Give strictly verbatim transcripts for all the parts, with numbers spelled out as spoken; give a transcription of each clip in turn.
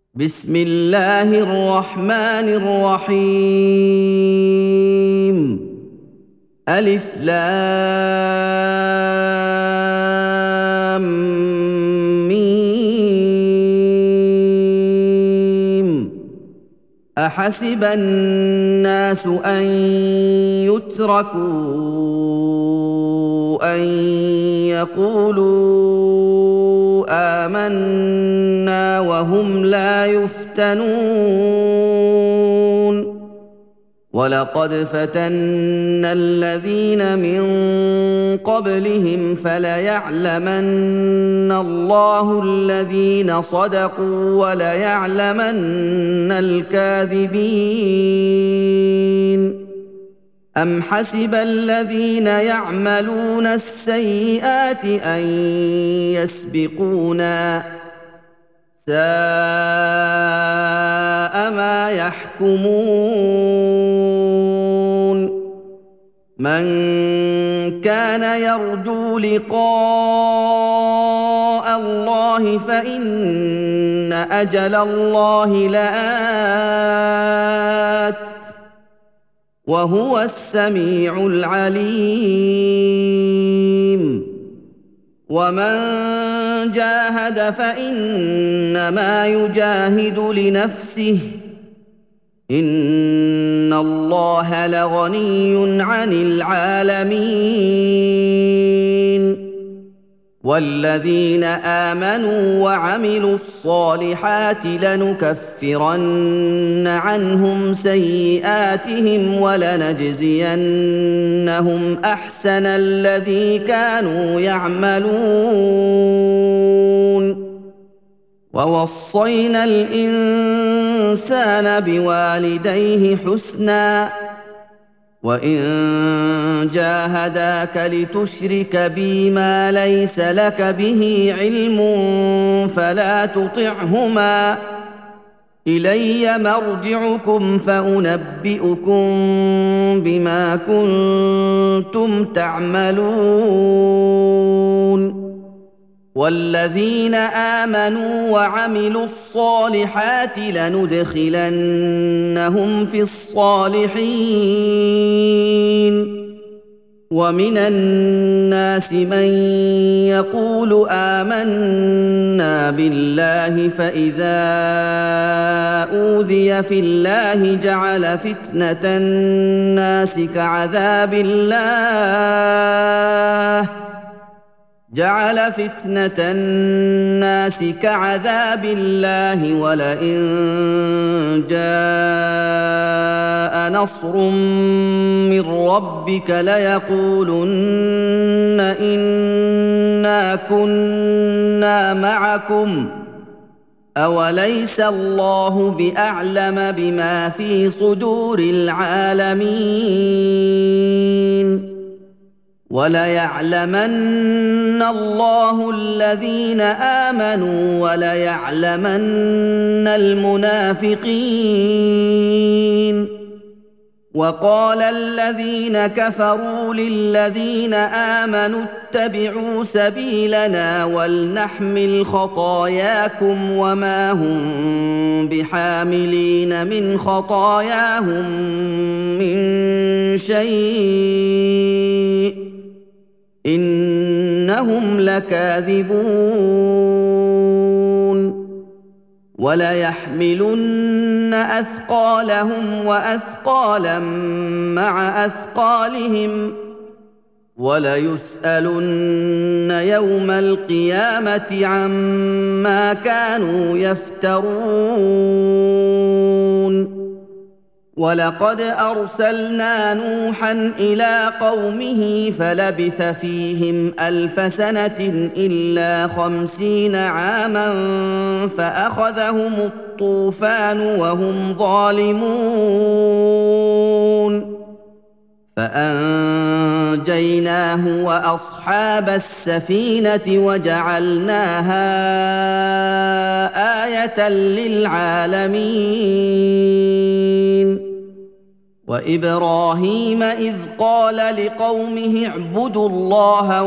بسم الله الرحمن الرحيم ألف لام ميم أحسب الناس أن يتركوا أن يقولوا آمنا وهم لا يفتنون ولقد فتنا الذين من قبلهم فليعلمن الله الذين صدقوا وليعلمن الكاذبين أم حسب الذين يعملون السيئات أن يسبقونا ساء ما يحكمون من كان يرجو لقاء الله فإن أجل الله لآت وهو السميع العليم ومن جاهد فإنما يجاهد لنفسه إن الله لغني عن العالمين والذين آمنوا وعملوا الصالحات لنكفرن عنهم سيئاتهم ولنجزينهم أحسن الذي كانوا يعملون ووصينا الإنسان بوالديه حسناً وإن جاهداك لتشرك بي ما ليس لك به علم فلا تطعهما إلي مرجعكم فأنبئكم بما كنتم تعملون والذين آمنوا وعملوا الصالحات لندخلنهم في الصالحين ومن الناس من يقول آمنا بالله فإذا أوذي في الله جعل فتنة الناس كعذاب الله جعل فتنة الناس كعذاب الله ولئن جاء نصر من ربك ليقولن إنا كنا معكم أوليس الله بأعلم بما في صدور العالمين وليعلمن الله الذين آمنوا وليعلمن المنافقين وقال الذين كفروا للذين آمنوا اتبعوا سبيلنا ولنحمل خطاياكم وما هم بحاملين من خطاياهم من شيء إنهم لكاذبون وليحملن أثقالهم وأثقالا مع أثقالهم وليسألن يوم القيامة عما كانوا يفترون ولقد أرسلنا نوحا إلى قومه فلبث فيهم ألف سنة إلا خمسين عاما فأخذهم الطوفان وهم ظالمون فأنجيناه وأصحاب السفينة وجعلناها آية للعالمين وإبراهيم إذ قال لقومه اعبدوا الله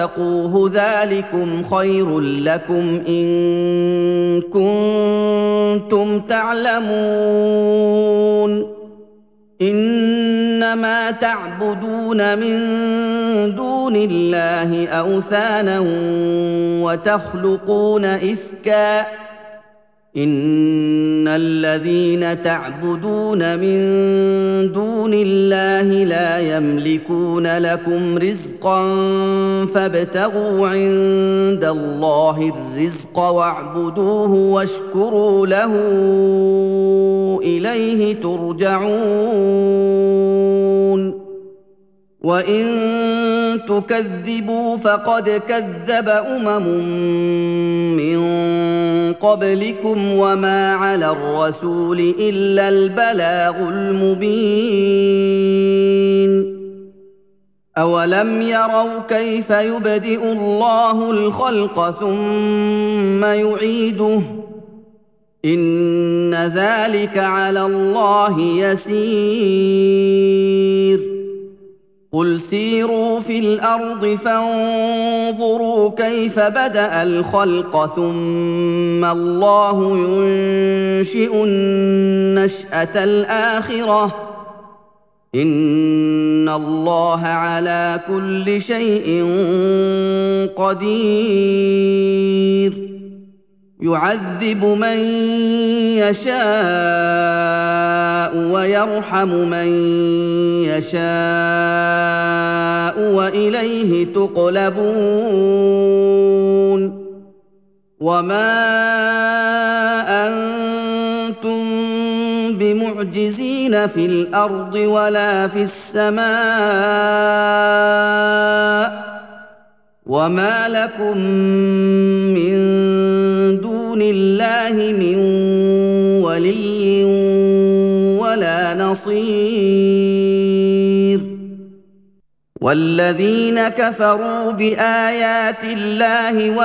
واتقوه ذلكم خير لكم إن كنتم كنتم تعلمون إنما تعبدون من دون الله أوثانا وتخلقون إفكا إن الذين تعبدون من دون الله لا يملكون لكم رزقا فابتغوا عند الله الرزق واعبدوه واشكروا له إليه ترجعون وإن تكذبوا فقد كذب أمم من قبلكم وما على الرسول إلا البلاغ المبين أولم يروا كيف يبدئ الله الخلق ثم يعيده إن ذلك على الله يسير قل سيروا في الأرض فانظروا كيف بدأ الخلق ثم الله ينشئ النشأة الآخرة إن الله على كل شيء قدير يعذب من يشاء ويرحم من يشاء وإليه تقلبون وما أنتم بمعجزين في الأرض ولا في السماء وما لكم من دون الله من ولي ولا نصير والذين كفروا بآيات الله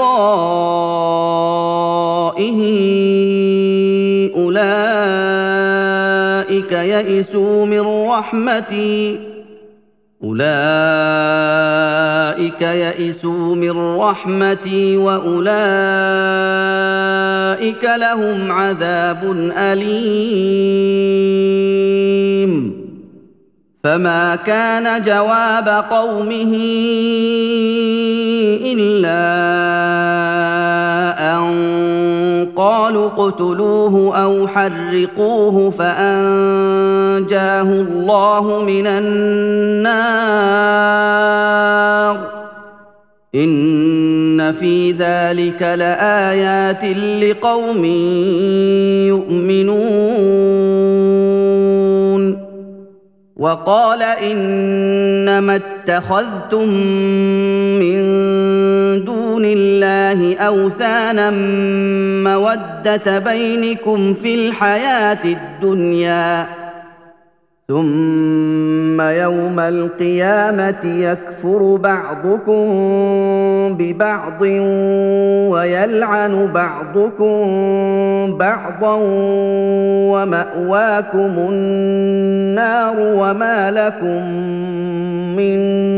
ولقائه أولئك يئسوا من رحمتي أولئك يئسوا من رحمتي وأولئك لهم عذاب أليم فما كان جواب قومه إلا أن قالوا اقتلوه أو حرقوه فأنجاه الله من النار إن في ذلك لآيات لقوم يؤمنون وقال إنما اتخذتم من دون الله أوثانا مودة بينكم في الحياة الدنيا ثم يوم القيامة يكفر بعضكم ببعض ويلعن بعضكم بعضا ومأواكم النار وما لكم من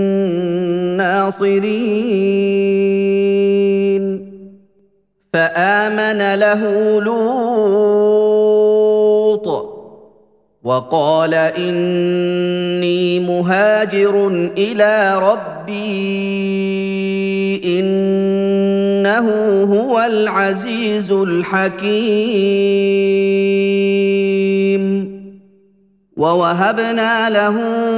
ناصرين فآمن له لوط وقال إني مهاجر إلى ربي إنه هو العزيز الحكيم ووهبنا له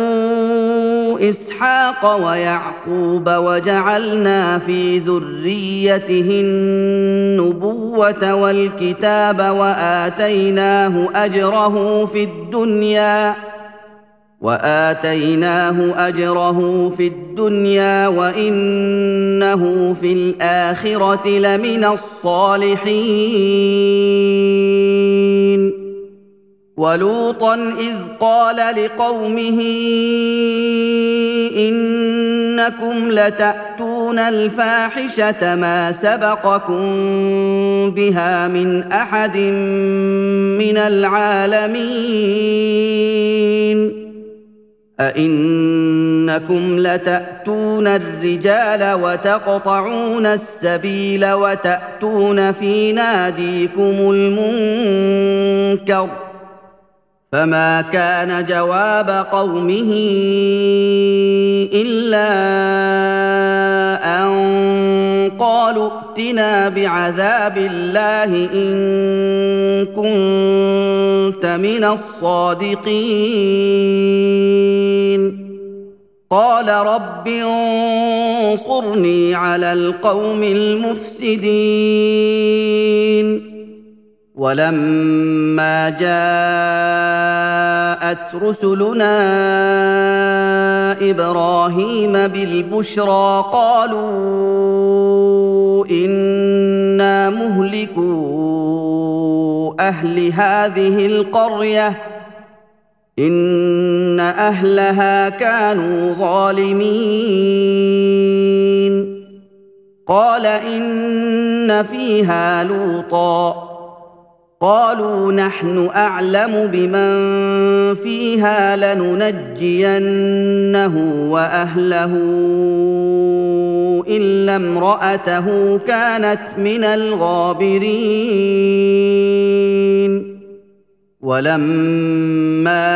إسحاق ويعقوب وجعلنا في ذريته النبوة والكتاب وآتيناه أجره في الدنيا وآتيناه أجره في الدنيا وإنه في الآخرة لمن الصالحين ولوطا إذ قال لقومه إنكم لتأتون الفاحشة ما سبقكم بها من أحد من العالمين أئنكم لتأتون الرجال وتقطعون السبيل وتأتون في ناديكم المنكر فما كان جواب قومه إلا أن قالوا ائتنا بعذاب الله إن كنت من الصادقين قال رب انصرني على القوم المفسدين ولما جاءت رسلنا إبراهيم بالبشرى قالوا إنا مهلكو أهل هذه القرية إن أهلها كانوا ظالمين قال إن فيها لوطا قالوا نحن أعلم بمن فيها لننجينه وأهله إلا امرأته كانت من الغابرين ولما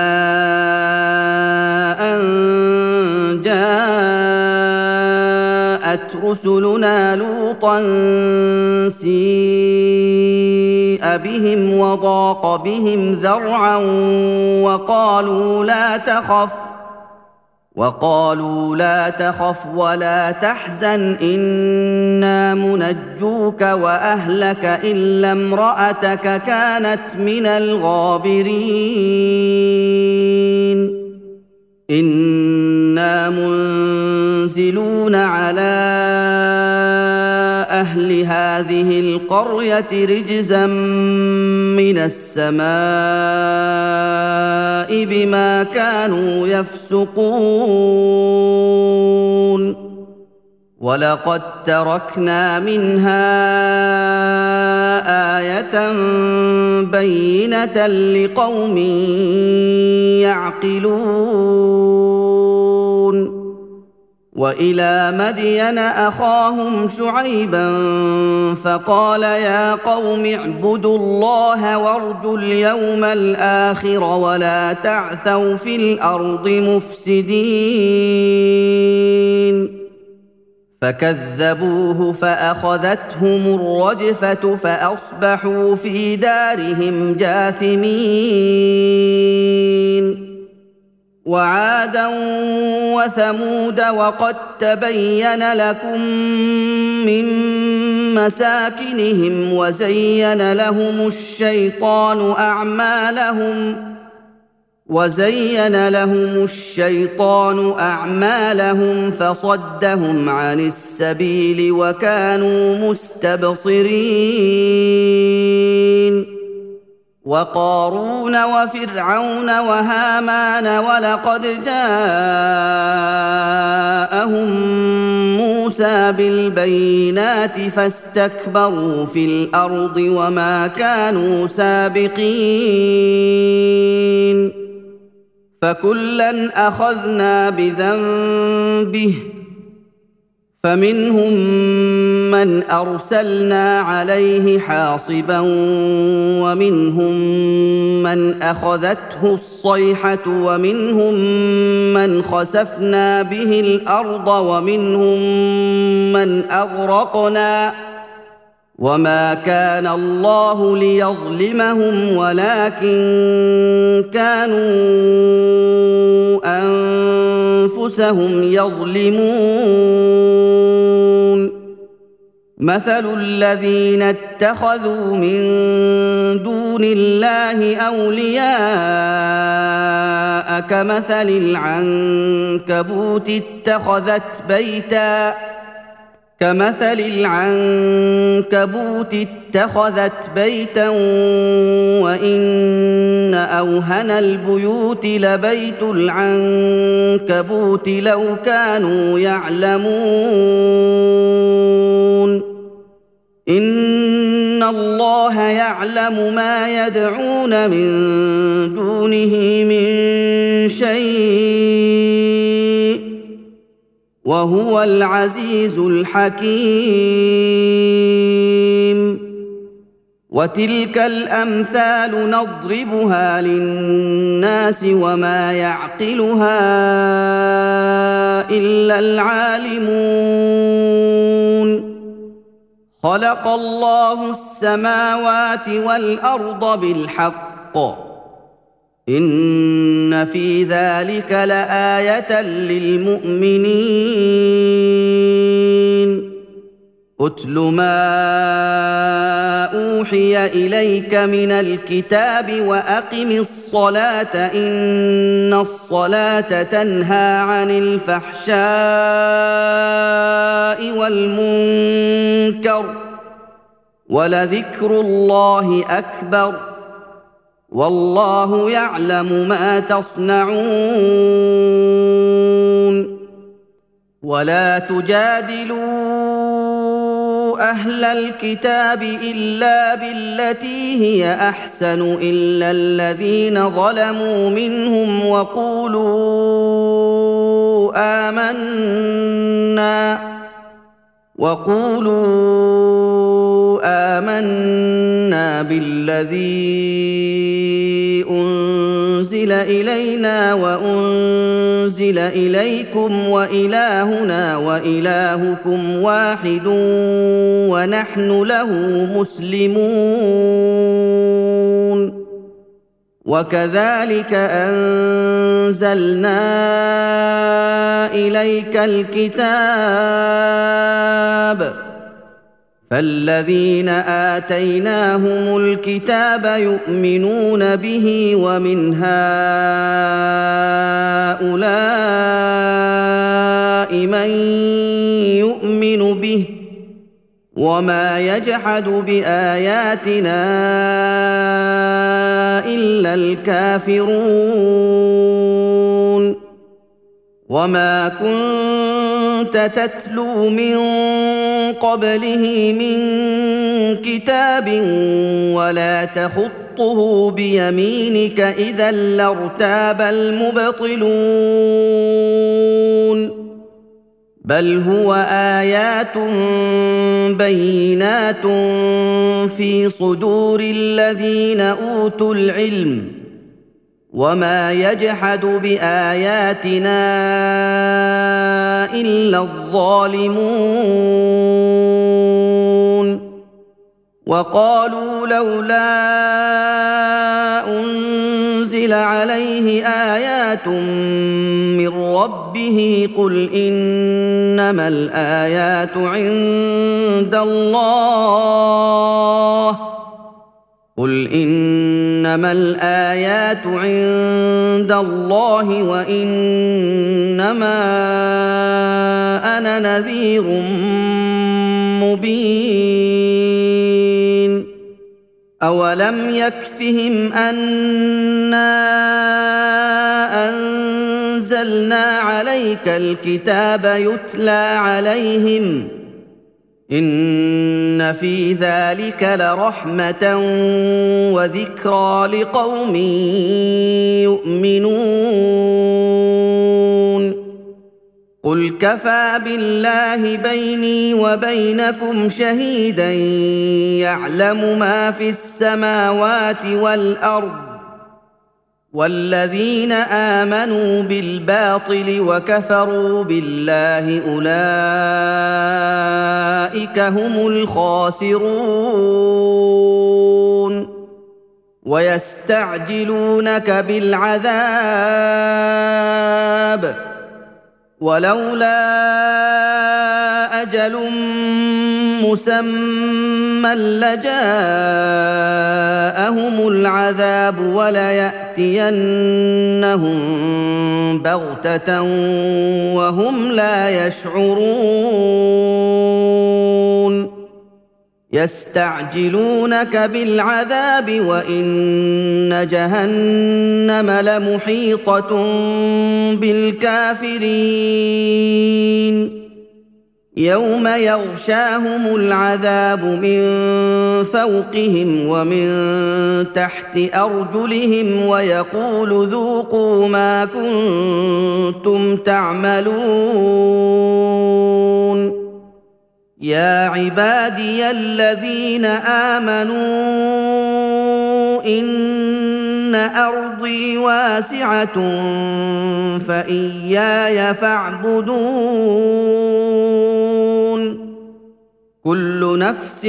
أن جاءت رسلنا لوطا سيء بهم وضاق بهم ذرعا وقالوا لا تخف وقالوا لا تخف ولا تحزن إنا منجوك وأهلك إلا امرأتك كانت من الغابرين إنا منزلون على أهل هذه القرية رجزا من السماء بما كانوا يفسقون ولقد تركنا منها آية بينة لقوم يعقلون وإلى مدين أخاهم شعيبا فقال يا قوم اعبدوا الله وارجوا اليوم الآخر ولا تعثوا في الأرض مفسدين فكذبوه فأخذتهم الرجفة فأصبحوا في دارهم جاثمين وعادا وثمود وقد تبين لكم من مساكنهم وزين لهم الشيطان أعمالهم وزين لهم الشيطان أعمالهم فصدهم عن السبيل وكانوا مستبصرين وقارون وفرعون وهامان ولقد جاءهم موسى بالبينات فاستكبروا في الأرض وما كانوا سابقين فكلا أخذنا بذنبه فمنهم من أرسلنا عليه حاصبا ومنهم من أخذته الصيحة ومنهم من خسفنا به الأرض ومنهم من أغرقنا وما كان الله ليظلمهم ولكن كانوا أنفسهم يظلمون مثل الذين اتخذوا من دون الله أولياء كمثل العنكبوت اتخذت بيتاً كمثل العنكبوت اتخذت بيتا وإن أوهن البيوت لبيت العنكبوت لو كانوا يعلمون إن إن الله يعلم ما يدعون من دونه من شيء وهو العزيز الحكيم وتلك الأمثال نضربها للناس وما يعقلها إلا العالمون خلق الله السماوات والأرض بالحق إن في ذلك لآية للمؤمنين أتل ما أوحي إليك من الكتاب وأقم الصلاة إن الصلاة تنهى عن الفحشاء والمنكر ولذكر الله أكبر والله يعلم ما تصنعون ولا تجادلوا أهل الكتاب إلا بالتي هي أحسن إلا الذين ظلموا منهم وقولوا آمنا وقولوا آمنا بالذي أنزل إلينا وأنزل إليكم وإلهنا وإلهكم واحد ونحن له مسلمون وكذلك أنزلنا إليك الكتاب فالذين آتيناهم الكتاب يؤمنون به ومن هؤلاء من يؤمن به وما يجحد بآياتنا إلا الكافرون وما كنت تتلو من قبله من كتاب ولا تخطه بيمينك إذا لارتاب المبطلون بل هو آيات بينات في صدور الذين أوتوا العلم وما يجحد بآياتنا إلا الظالمون وقالوا لولا أنزل عليه آيات من ربه قل إنما الآيات عند الله قل إنما الآيات عند الله وإنما أنا نذير مبين أولم يكفهم أنا أنزلنا عليك الكتاب يتلى عليهم إن في ذلك لرحمة وذكرى لقوم يؤمنون قل كفى بالله بيني وبينكم شهيدا يعلم ما في السماوات والأرض والذين آمنوا بالباطل وكفروا بالله أولئك هم الخاسرون ويستعجلونك بالعذاب ولولا أجل مسمى لجاءهم العذاب وليأتينهم بغتة وهم لا يشعرون يستعجلونك بالعذاب وإن جهنم لمحيطة بالكافرين يوم يغشاهم العذاب من فوقهم ومن تحت أرجلهم ويقول ذوقوا ما كنتم تعملون يا عبادي الذين آمنوا إن أرضي واسعة فإياي فاعبدون كل نفس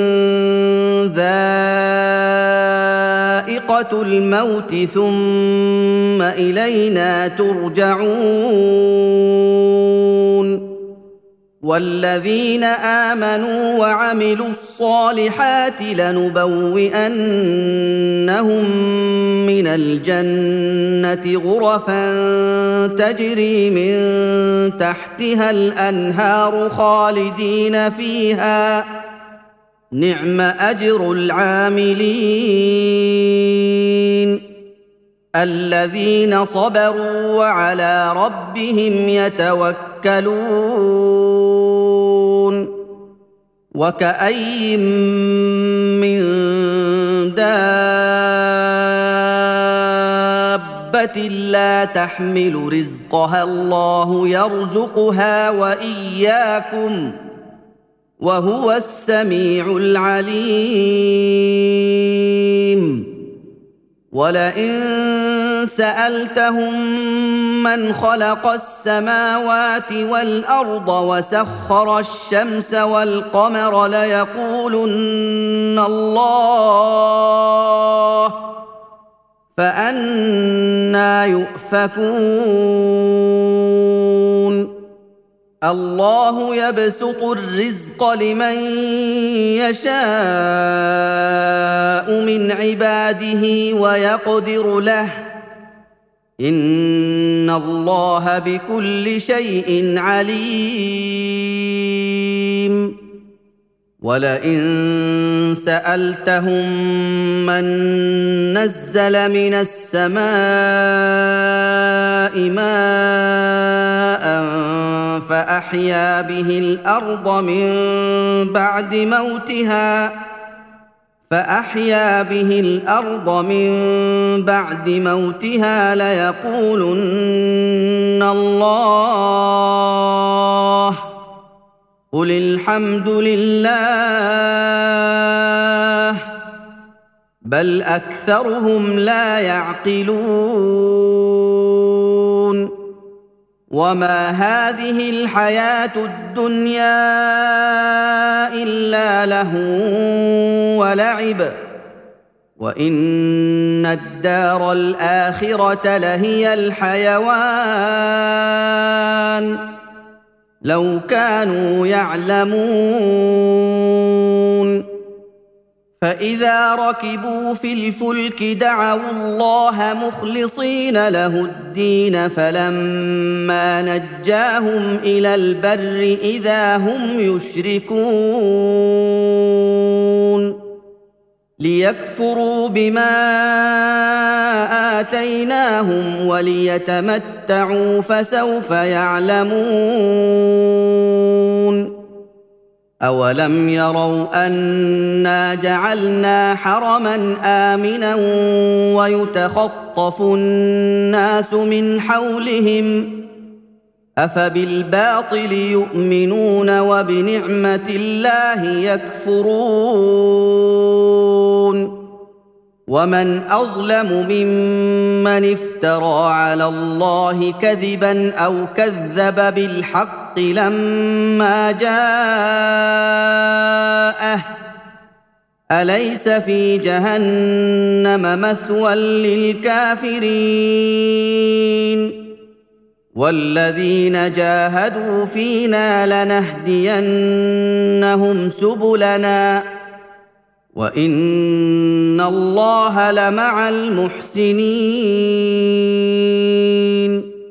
ذائقة الموت ثم إلينا ترجعون والذين آمنوا وعملوا الصالحات لنبوئنهم من الجنة غرفا تجري من تحتها الأنهار خالدين فيها نعم أجر العاملين الذين صبروا وعلى ربهم يتوكلون وكأي من دابة لا تحمل رزقها الله يرزقها وإياكم وهو السميع العليم ولئن سألتهم من خلق السماوات والأرض وسخر الشمس والقمر ليقولن الله فأنى يؤفكون الله يبسط الرزق لمن يشاء من عباده ويقدر له إن الله بكل شيء عليم ولئن سألتهم من نزل من السماء ماء فأحيا به الأرض من بعد موتها فأحيا به الأرض من بعد موتها ليقولن الله قل الحمد لله بل أكثرهم لا يعقلون وما هذه الحياة الدنيا إلا لهو ولعب وإن الدار الآخرة لهي الحيوان لو كانوا يعلمون فإذا ركبوا في الفلك دعوا الله مخلصين له الدين فلما نجاهم إلى البر إذا هم يشركون ليكفروا بما آتيناهم وليتمتعوا فسوف يعلمون أولم يروا أنا جعلنا حرما آمنا ويتخطف الناس من حولهم أفبالباطل يؤمنون وبنعمة الله يكفرون ومن أظلم ممن افترى على الله كذبا أو كذب بالحق لما جاءه أليس في جهنم مثوى للكافرين والذين جاهدوا فينا لنهدينهم سبلنا وإن الله لمع المحسنين